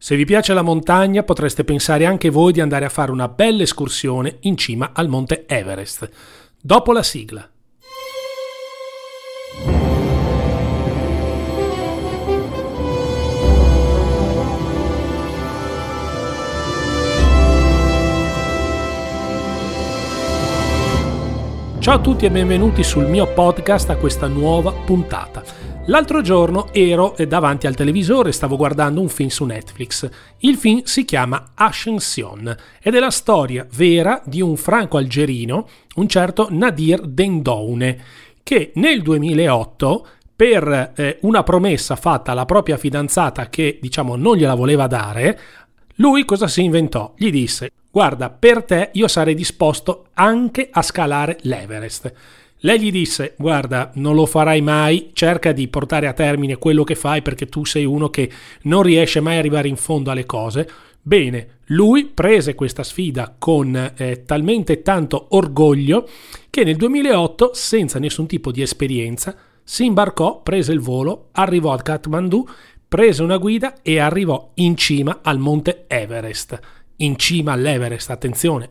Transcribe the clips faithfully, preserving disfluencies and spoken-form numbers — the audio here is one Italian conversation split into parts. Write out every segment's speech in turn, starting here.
Se vi piace la montagna, potreste pensare anche voi di andare a fare una bella escursione in cima al monte Everest. Dopo la sigla. Ciao a tutti e benvenuti sul mio podcast a questa nuova puntata. L'altro giorno ero davanti al televisore e stavo guardando un film su Netflix. Il film si chiama Ascension ed è la storia vera di un franco-algerino, un certo Nadir Dendoune, che nel duemilaotto, per eh, una promessa fatta alla propria fidanzata che, diciamo, non gliela voleva dare, lui cosa si inventò? Gli disse: guarda, per te io sarei disposto anche a scalare l'Everest. Lei gli disse: guarda, non lo farai mai, cerca di portare a termine quello che fai perché tu sei uno che non riesce mai ad arrivare in fondo alle cose. Bene, lui prese questa sfida con eh, talmente tanto orgoglio che nel duemilaotto, senza nessun tipo di esperienza, si imbarcò, prese il volo, arrivò a Kathmandu, prese una guida e arrivò in cima al monte Everest. In cima all'Everest, attenzione,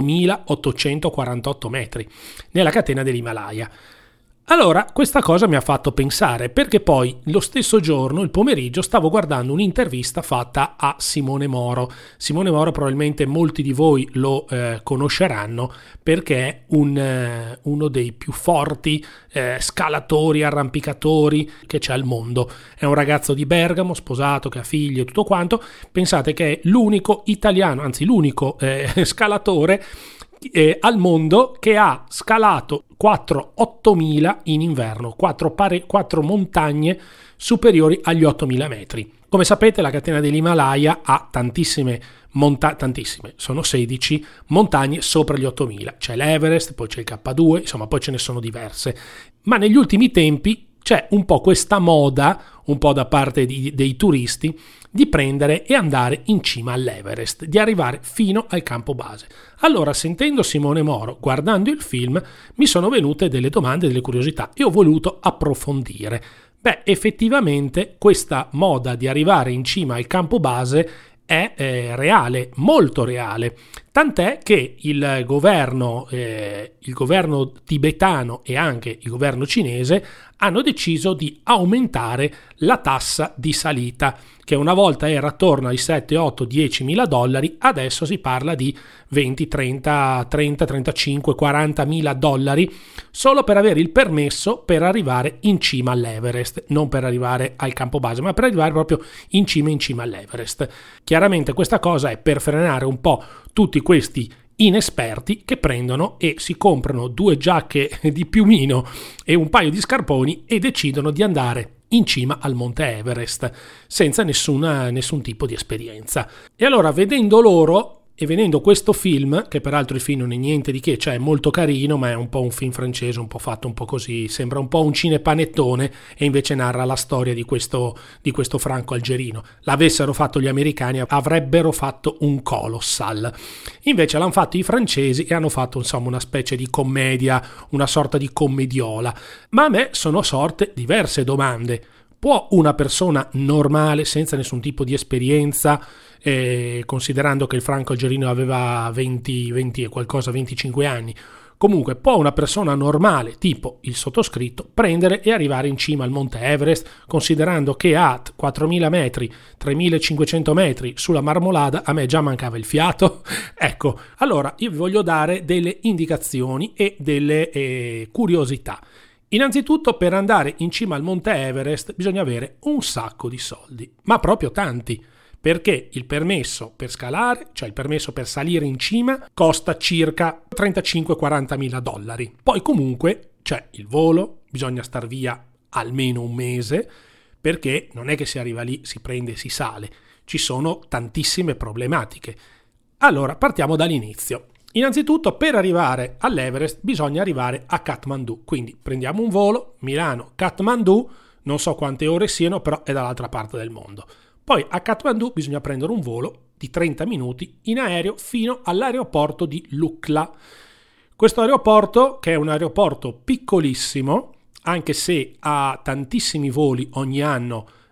ottomilaottocentoquarantotto metri, nella catena dell'Himalaya. Allora, questa cosa mi ha fatto pensare, perché poi lo stesso giorno, il pomeriggio, stavo guardando un'intervista fatta a Simone Moro. Simone Moro probabilmente molti di voi lo eh, conosceranno perché è un, eh, uno dei più forti eh, scalatori, arrampicatori che c'è al mondo. È un ragazzo di Bergamo, sposato, che ha figli e tutto quanto. Pensate che è l'unico italiano, anzi l'unico eh, scalatore Eh, al mondo che ha scalato quattro ottomila in inverno, quattro, pare, quattro montagne superiori agli ottomila metri. Come sapete, la catena dell'Himalaya ha tantissime montagne, tantissime, sono sedici montagne sopra gli ottomila. C'è l'Everest, poi c'è il K due, insomma poi ce ne sono diverse. Ma negli ultimi tempi c'è un po' questa moda, un po' da parte di, dei turisti, di prendere e andare in cima all'Everest, di arrivare fino al campo base. Allora, sentendo Simone Moro, guardando il film, mi sono venute delle domande, delle curiosità e ho voluto approfondire. Beh, effettivamente questa moda di arrivare in cima al campo base è eh, reale, molto reale, tant'è che il governo, eh, il governo tibetano e anche il governo cinese hanno deciso di aumentare la tassa di salita, che una volta era attorno ai sette, otto, dieci mila dollari, adesso si parla di venti, trenta, trenta, trentacinque, quaranta mila dollari solo per avere il permesso per arrivare in cima all'Everest, non per arrivare al campo base, ma per arrivare proprio in cima in cima all'Everest. Chiaramente questa cosa è per frenare un po' tutti questi inesperti che prendono e si comprano due giacche di piumino e un paio di scarponi e decidono di andare in cima al monte Everest senza nessuna, nessun tipo di esperienza. E allora, vedendo loro e vedendo questo film, che peraltro il film non è niente di che, cioè è molto carino, ma è un po' un film francese, un po' fatto un po' così, sembra un po' un cinepanettone, e invece narra la storia di questo, di questo franco-algerino. L'avessero fatto gli americani avrebbero fatto un colossal. Invece l'hanno fatto i francesi e hanno fatto, insomma, una specie di commedia, una sorta di commediola. Ma a me sono sorte diverse domande. Può una persona normale, senza nessun tipo di esperienza, eh, considerando che il franco-algerino aveva venti, venti e qualcosa, venticinque anni, comunque può una persona normale, tipo il sottoscritto, prendere e arrivare in cima al monte Everest, considerando che a quattromila metri, tremilacinquecento metri sulla Marmolada, a me già mancava il fiato? Ecco, allora io vi voglio dare delle indicazioni e delle eh, curiosità. Innanzitutto, per andare in cima al monte Everest bisogna avere un sacco di soldi, ma proprio tanti, perché il permesso per scalare, cioè il permesso per salire in cima, costa circa trentacinque quaranta mila dollari. Poi comunque c'è il volo, bisogna star via almeno un mese, perché non è che si arriva lì, si prende e si sale, ci sono tantissime problematiche. Allora, partiamo dall'inizio. Innanzitutto, per arrivare all'Everest bisogna arrivare a Kathmandu, quindi prendiamo un volo, Milano, Kathmandu, non so quante ore siano, però è dall'altra parte del mondo. Poi a Kathmandu bisogna prendere un volo di trenta minuti in aereo fino all'aeroporto di Lukla. Questo aeroporto, che è un aeroporto piccolissimo, anche se ha tantissimi voli ogni anno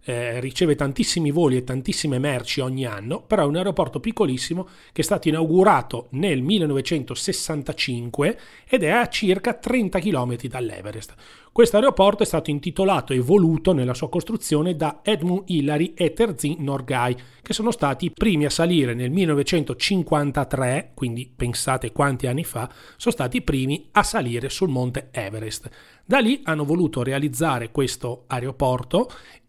eh, riceve tantissimi voli e tantissime merci ogni anno, però è un aeroporto piccolissimo che è stato inaugurato nel millenovecentosessantacinque ed è a circa trenta chilometri dall'Everest. Questo aeroporto è stato intitolato e voluto nella sua costruzione da Edmund Hillary e Terzin Norgay, che sono stati i primi a salire nel millenovecentocinquantatré, quindi pensate quanti anni fa, sono stati i primi a salire sul monte Everest. Da lì hanno voluto realizzare questo aeroporto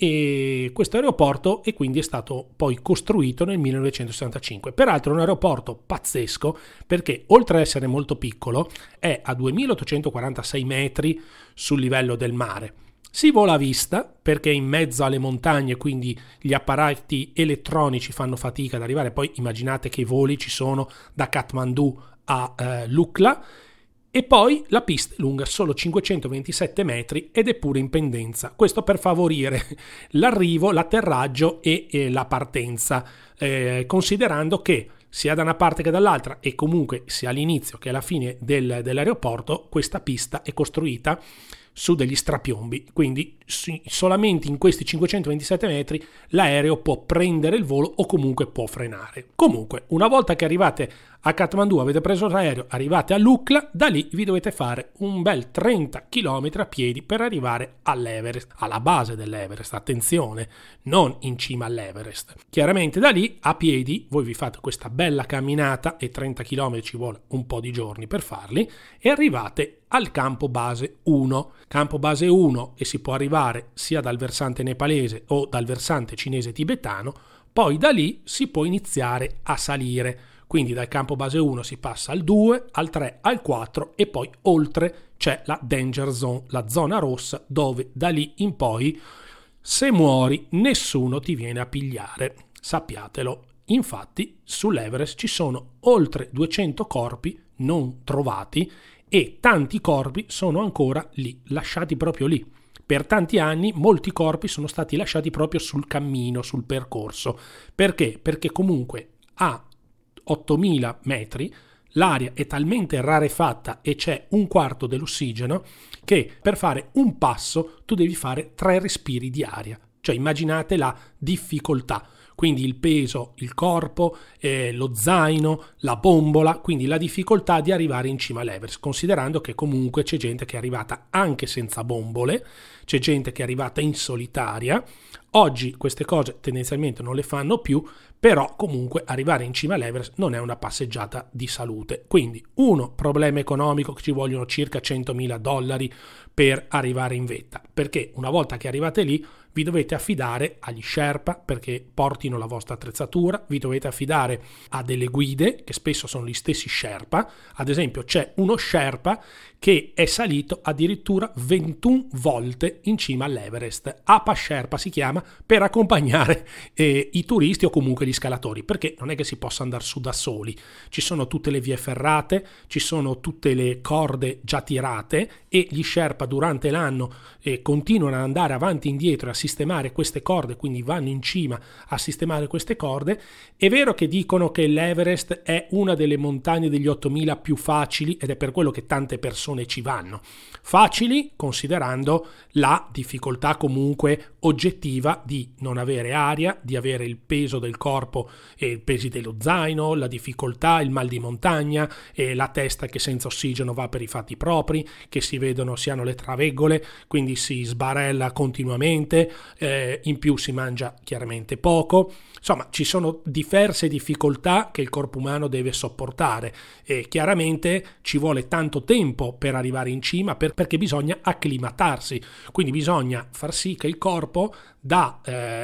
e questo aeroporto e quindi è stato poi costruito nel millenovecentosessantacinque. Peraltro è un aeroporto pazzesco perché oltre ad essere molto piccolo è a duemilaottocentoquarantasei metri sul livello del mare. Si vola a vista perché è in mezzo alle montagne, quindi gli apparati elettronici fanno fatica ad arrivare. Poi immaginate che i voli ci sono da Kathmandu a eh, Lukla. E poi la pista è lunga solo cinquecentoventisette metri ed è pure in pendenza. Questo per favorire l'arrivo, l'atterraggio e, e la partenza, eh, considerando che sia da una parte che dall'altra e comunque sia all'inizio che alla fine del, dell'aeroporto, questa pista è costruita su degli strapiombi, quindi solamente in questi cinquecentoventisette metri l'aereo può prendere il volo o comunque può frenare. Comunque, una volta che arrivate a Kathmandu, avete preso l'aereo, arrivate a Lukla, da lì vi dovete fare un bel trenta chilometri a piedi per arrivare all'Everest, alla base dell'Everest, attenzione, non in cima all'Everest. Chiaramente da lì a piedi voi vi fate questa bella camminata e trenta chilometri ci vuole un po' di giorni per farli e arrivate al campo base uno. Campo base uno e si può arrivare sia dal versante nepalese o dal versante cinese tibetano, poi da lì si può iniziare a salire. Quindi dal campo base uno si passa al due, al tre, al quattro e poi oltre c'è la danger zone, la zona rossa, dove da lì in poi se muori nessuno ti viene a pigliare, sappiatelo. Infatti sull'Everest ci sono oltre duecento corpi non trovati e tanti corpi sono ancora lì, lasciati proprio lì. Per tanti anni molti corpi sono stati lasciati proprio sul cammino, sul percorso. Perché? Perché comunque a ottomila metri l'aria è talmente rarefatta e c'è un quarto dell'ossigeno che per fare un passo tu devi fare tre respiri di aria. Cioè immaginate la difficoltà. Quindi il peso, il corpo, eh, lo zaino, la bombola, quindi la difficoltà di arrivare in cima all'Everest, considerando che comunque c'è gente che è arrivata anche senza bombole, c'è gente che è arrivata in solitaria. Oggi queste cose tendenzialmente non le fanno più, però comunque arrivare in cima all'Everest non è una passeggiata di salute. Quindi uno, problema economico, che ci vogliono circa centomila dollari per arrivare in vetta, perché una volta che arrivate lì vi dovete affidare agli Sherpa perché portino la vostra attrezzatura, vi dovete affidare a delle guide che spesso sono gli stessi Sherpa. Ad esempio c'è uno Sherpa che è salito addirittura ventuno volte in cima all'Everest, Apa Sherpa si chiama, per accompagnare eh, i turisti o comunque gli scalatori, perché non è che si possa andare su da soli, ci sono tutte le vie ferrate, ci sono tutte le corde già tirate e gli Sherpa durante l'anno eh, continuano ad andare avanti e indietro a sistemare queste corde, quindi vanno in cima a sistemare queste corde. È vero che dicono che l'Everest è una delle montagne degli ottomila più facili ed è per quello che tante persone ci vanno. Facili considerando la difficoltà comunque oggettiva di non avere aria, di avere il peso del corpo e il peso dello zaino, la difficoltà, il mal di montagna e la testa che senza ossigeno va per i fatti propri, che si vedono, si hanno le traveggole, quindi si sbarella continuamente, eh, in più si mangia chiaramente poco. Insomma, ci sono diverse difficoltà che il corpo umano deve sopportare e chiaramente ci vuole tanto tempo per arrivare in cima per, perché bisogna acclimatarsi, quindi bisogna far sì che il corpo da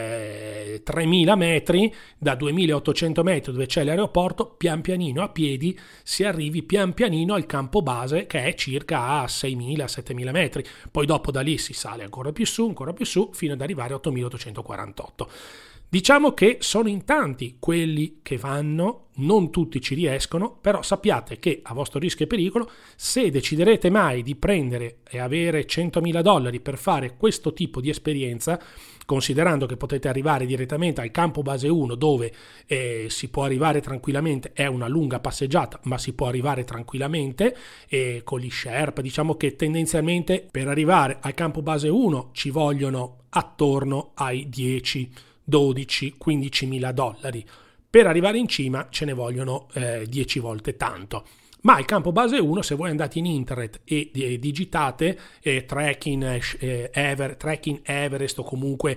eh, tremila metri, da duemilaottocento metri dove c'è l'aeroporto, pian pianino a piedi si arrivi pian pianino al campo base che è circa a seimila settemila metri, poi dopo da lì si sale ancora più su, ancora più su fino ad arrivare a ottomilaottocentoquarantotto. Diciamo che sono in tanti quelli che vanno, non tutti ci riescono, però sappiate che a vostro rischio e pericolo, se deciderete mai di prendere e avere centomila dollari per fare questo tipo di esperienza, considerando che potete arrivare direttamente al campo base uno, dove eh, si può arrivare tranquillamente, è una lunga passeggiata, ma si può arrivare tranquillamente e con gli Sherpa. Diciamo che tendenzialmente per arrivare al campo base uno ci vogliono attorno ai dieci, dodici, quindici mila dollari. Per arrivare in cima ce ne vogliono eh, dieci volte tanto. Ma il campo base uno, se voi andate in internet e, e digitate eh, trekking, eh, Ever, trekking Everest o comunque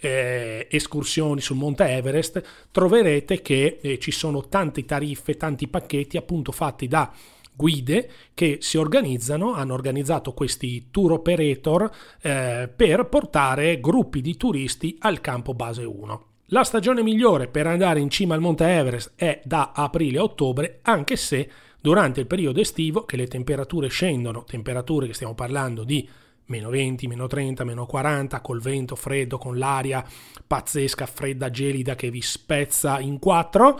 eh, escursioni sul Monte Everest, troverete che eh, ci sono tante tariffe, tanti pacchetti appunto fatti da guide che si organizzano, hanno organizzato questi tour operator eh, per portare gruppi di turisti al campo base uno. La stagione migliore per andare in cima al Monte Everest è da aprile a ottobre, anche se durante il periodo estivo, che le temperature scendono, temperature che stiamo parlando di meno venti, meno trenta, meno quaranta, col vento freddo, con l'aria pazzesca, fredda, gelida che vi spezza in quattro,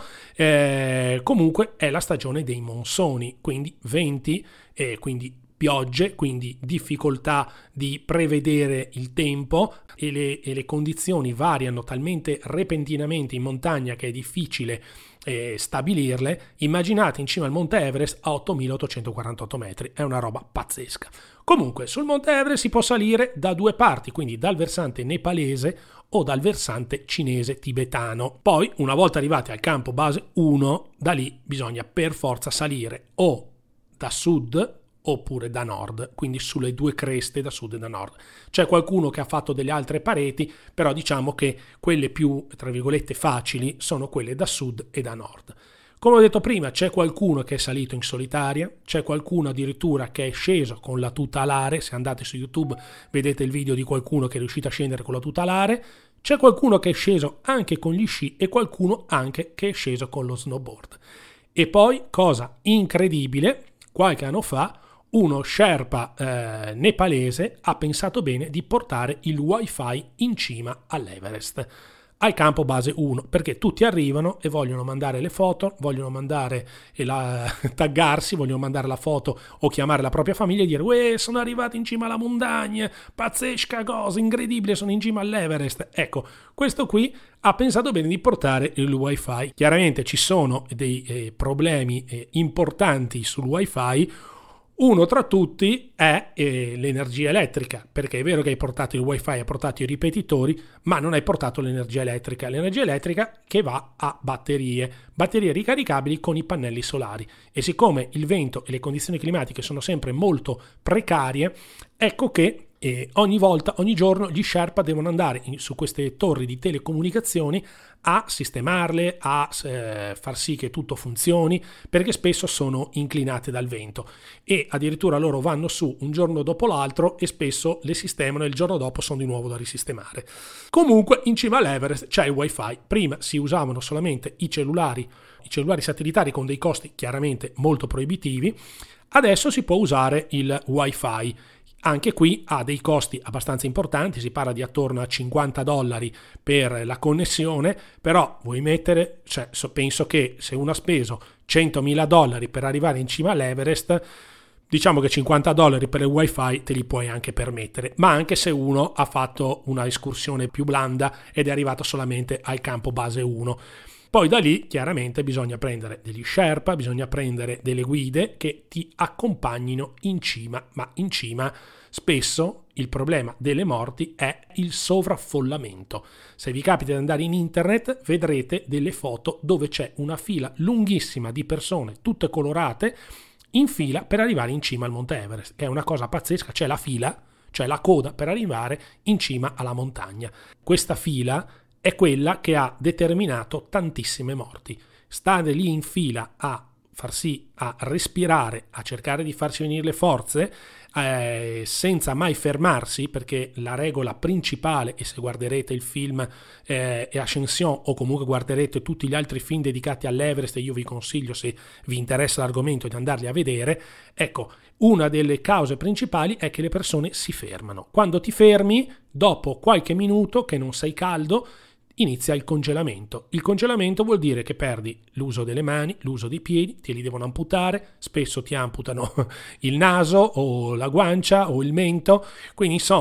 eh, comunque è la stagione dei monsoni, quindi venti, eh, quindi piogge, quindi difficoltà di prevedere il tempo e le, e le condizioni variano talmente repentinamente in montagna che è difficile eh, stabilirle. Immaginate in cima al Monte Everest a ottomilaottocentoquarantotto metri, è una roba pazzesca. Comunque sul Monte Everest si può salire da due parti, quindi dal versante nepalese o dal versante cinese tibetano. Poi una volta arrivati al campo base uno, da lì bisogna per forza salire o da sud oppure da nord, quindi sulle due creste da sud e da nord. C'è qualcuno che ha fatto delle altre pareti, però diciamo che quelle più, tra virgolette, facili sono quelle da sud e da nord. Come ho detto prima, c'è qualcuno che è salito in solitaria, c'è qualcuno addirittura che è sceso con la tuta alare. Se andate su YouTube vedete il video di qualcuno che è riuscito a scendere con la tuta alare, c'è qualcuno che è sceso anche con gli sci e qualcuno anche che è sceso con lo snowboard. E poi, cosa incredibile, qualche anno fa uno Sherpa eh, nepalese ha pensato bene di portare il wifi in cima all'Everest, al campo base uno, perché tutti arrivano e vogliono mandare le foto, vogliono mandare e la, taggarsi, vogliono mandare la foto o chiamare la propria famiglia e dire uè, sono arrivato in cima alla montagna, pazzesca cosa, incredibile, sono in cima all'Everest. Ecco, questo qui ha pensato bene di portare il wifi. Chiaramente ci sono dei eh, problemi eh, importanti sul wifi. Uno tra tutti è eh, l'energia elettrica, perché è vero che hai portato il wifi, hai portato i ripetitori, ma non hai portato l'energia elettrica. L'energia elettrica che va a batterie, batterie ricaricabili con i pannelli solari. E siccome il vento e le condizioni climatiche sono sempre molto precarie, ecco che E ogni volta, ogni giorno gli Sherpa devono andare in, su queste torri di telecomunicazioni a sistemarle, a eh, far sì che tutto funzioni, perché spesso sono inclinate dal vento e addirittura loro vanno su un giorno dopo l'altro e spesso le sistemano e il giorno dopo sono di nuovo da risistemare. Comunque in cima all'Everest c'è il wifi. Prima si usavano solamente i cellulari, i cellulari satellitari con dei costi chiaramente molto proibitivi, adesso si può usare il wifi. Anche qui ha dei costi abbastanza importanti, si parla di attorno a cinquanta dollari per la connessione, però vuoi mettere, cioè, penso che se uno ha speso centomila dollari per arrivare in cima all'Everest, diciamo che cinquanta dollari per il wifi te li puoi anche permettere, ma anche se uno ha fatto una escursione più blanda ed è arrivato solamente al campo base uno. Poi da lì chiaramente bisogna prendere degli Sherpa, bisogna prendere delle guide che ti accompagnino in cima, ma in cima spesso il problema delle morti è il sovraffollamento. Se vi capita di andare in internet vedrete delle foto dove c'è una fila lunghissima di persone, tutte colorate, in fila per arrivare in cima al Monte Everest, che è una cosa pazzesca. C'è la fila, cioè la coda per arrivare in cima alla montagna. Questa fila è quella che ha determinato tantissime morti. Stare lì in fila a far sì, a respirare, a cercare di farsi venire le forze, eh, senza mai fermarsi, perché la regola principale, e se guarderete il film eh, Ascension o comunque guarderete tutti gli altri film dedicati all'Everest, e io vi consiglio, se vi interessa l'argomento, di andarli a vedere, ecco, una delle cause principali è che le persone si fermano. Quando ti fermi, dopo qualche minuto che non sei caldo, inizia il congelamento. Il congelamento vuol dire che perdi l'uso delle mani, l'uso dei piedi, te li devono amputare, spesso ti amputano il naso o la guancia o il mento, quindi insomma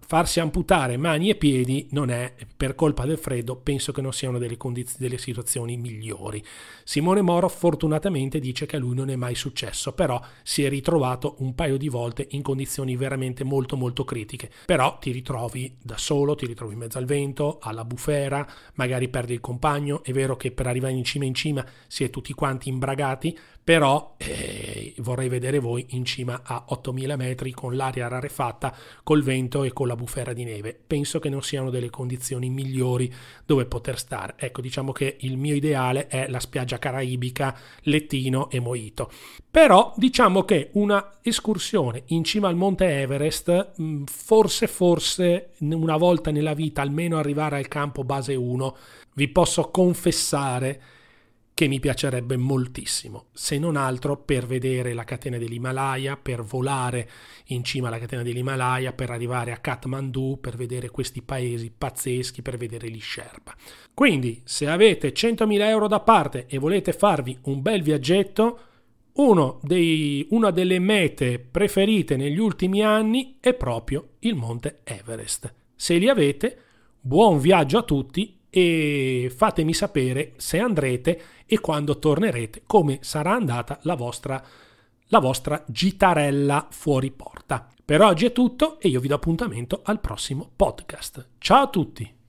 farsi amputare mani e piedi non è per colpa del freddo, penso che non siano delle condizioni, delle situazioni migliori. Simone Moro fortunatamente dice che a lui non è mai successo, però si è ritrovato un paio di volte in condizioni veramente molto molto critiche. Però ti ritrovi da solo, ti ritrovi in mezzo al vento, alla bufera, magari perdi il compagno. È vero che per arrivare in cima in cima si è tutti quanti imbragati, però eh, vorrei vedere voi in cima a ottomila metri con l'aria rarefatta, col vento e con la bufera di neve. Penso che non siano delle condizioni migliori dove poter stare. Ecco, diciamo che il mio ideale è la spiaggia caraibica, lettino e mojito. Però diciamo che una escursione in cima al Monte Everest, forse forse una volta nella vita, almeno arrivare al campo base uno, vi posso confessare che mi piacerebbe moltissimo, se non altro per vedere la catena dell'Himalaya, per volare in cima alla catena dell'Himalaya, per arrivare a Kathmandu, per vedere questi paesi pazzeschi, per vedere gli Sherpa. Quindi, se avete centomila euro da parte e volete farvi un bel viaggetto, uno dei, una delle mete preferite negli ultimi anni è proprio il Monte Everest. Se li avete, buon viaggio a tutti e fatemi sapere se andrete e quando tornerete, come sarà andata la vostra, la vostra gitarella fuori porta. Per oggi è tutto e io vi do appuntamento al prossimo podcast. Ciao a tutti!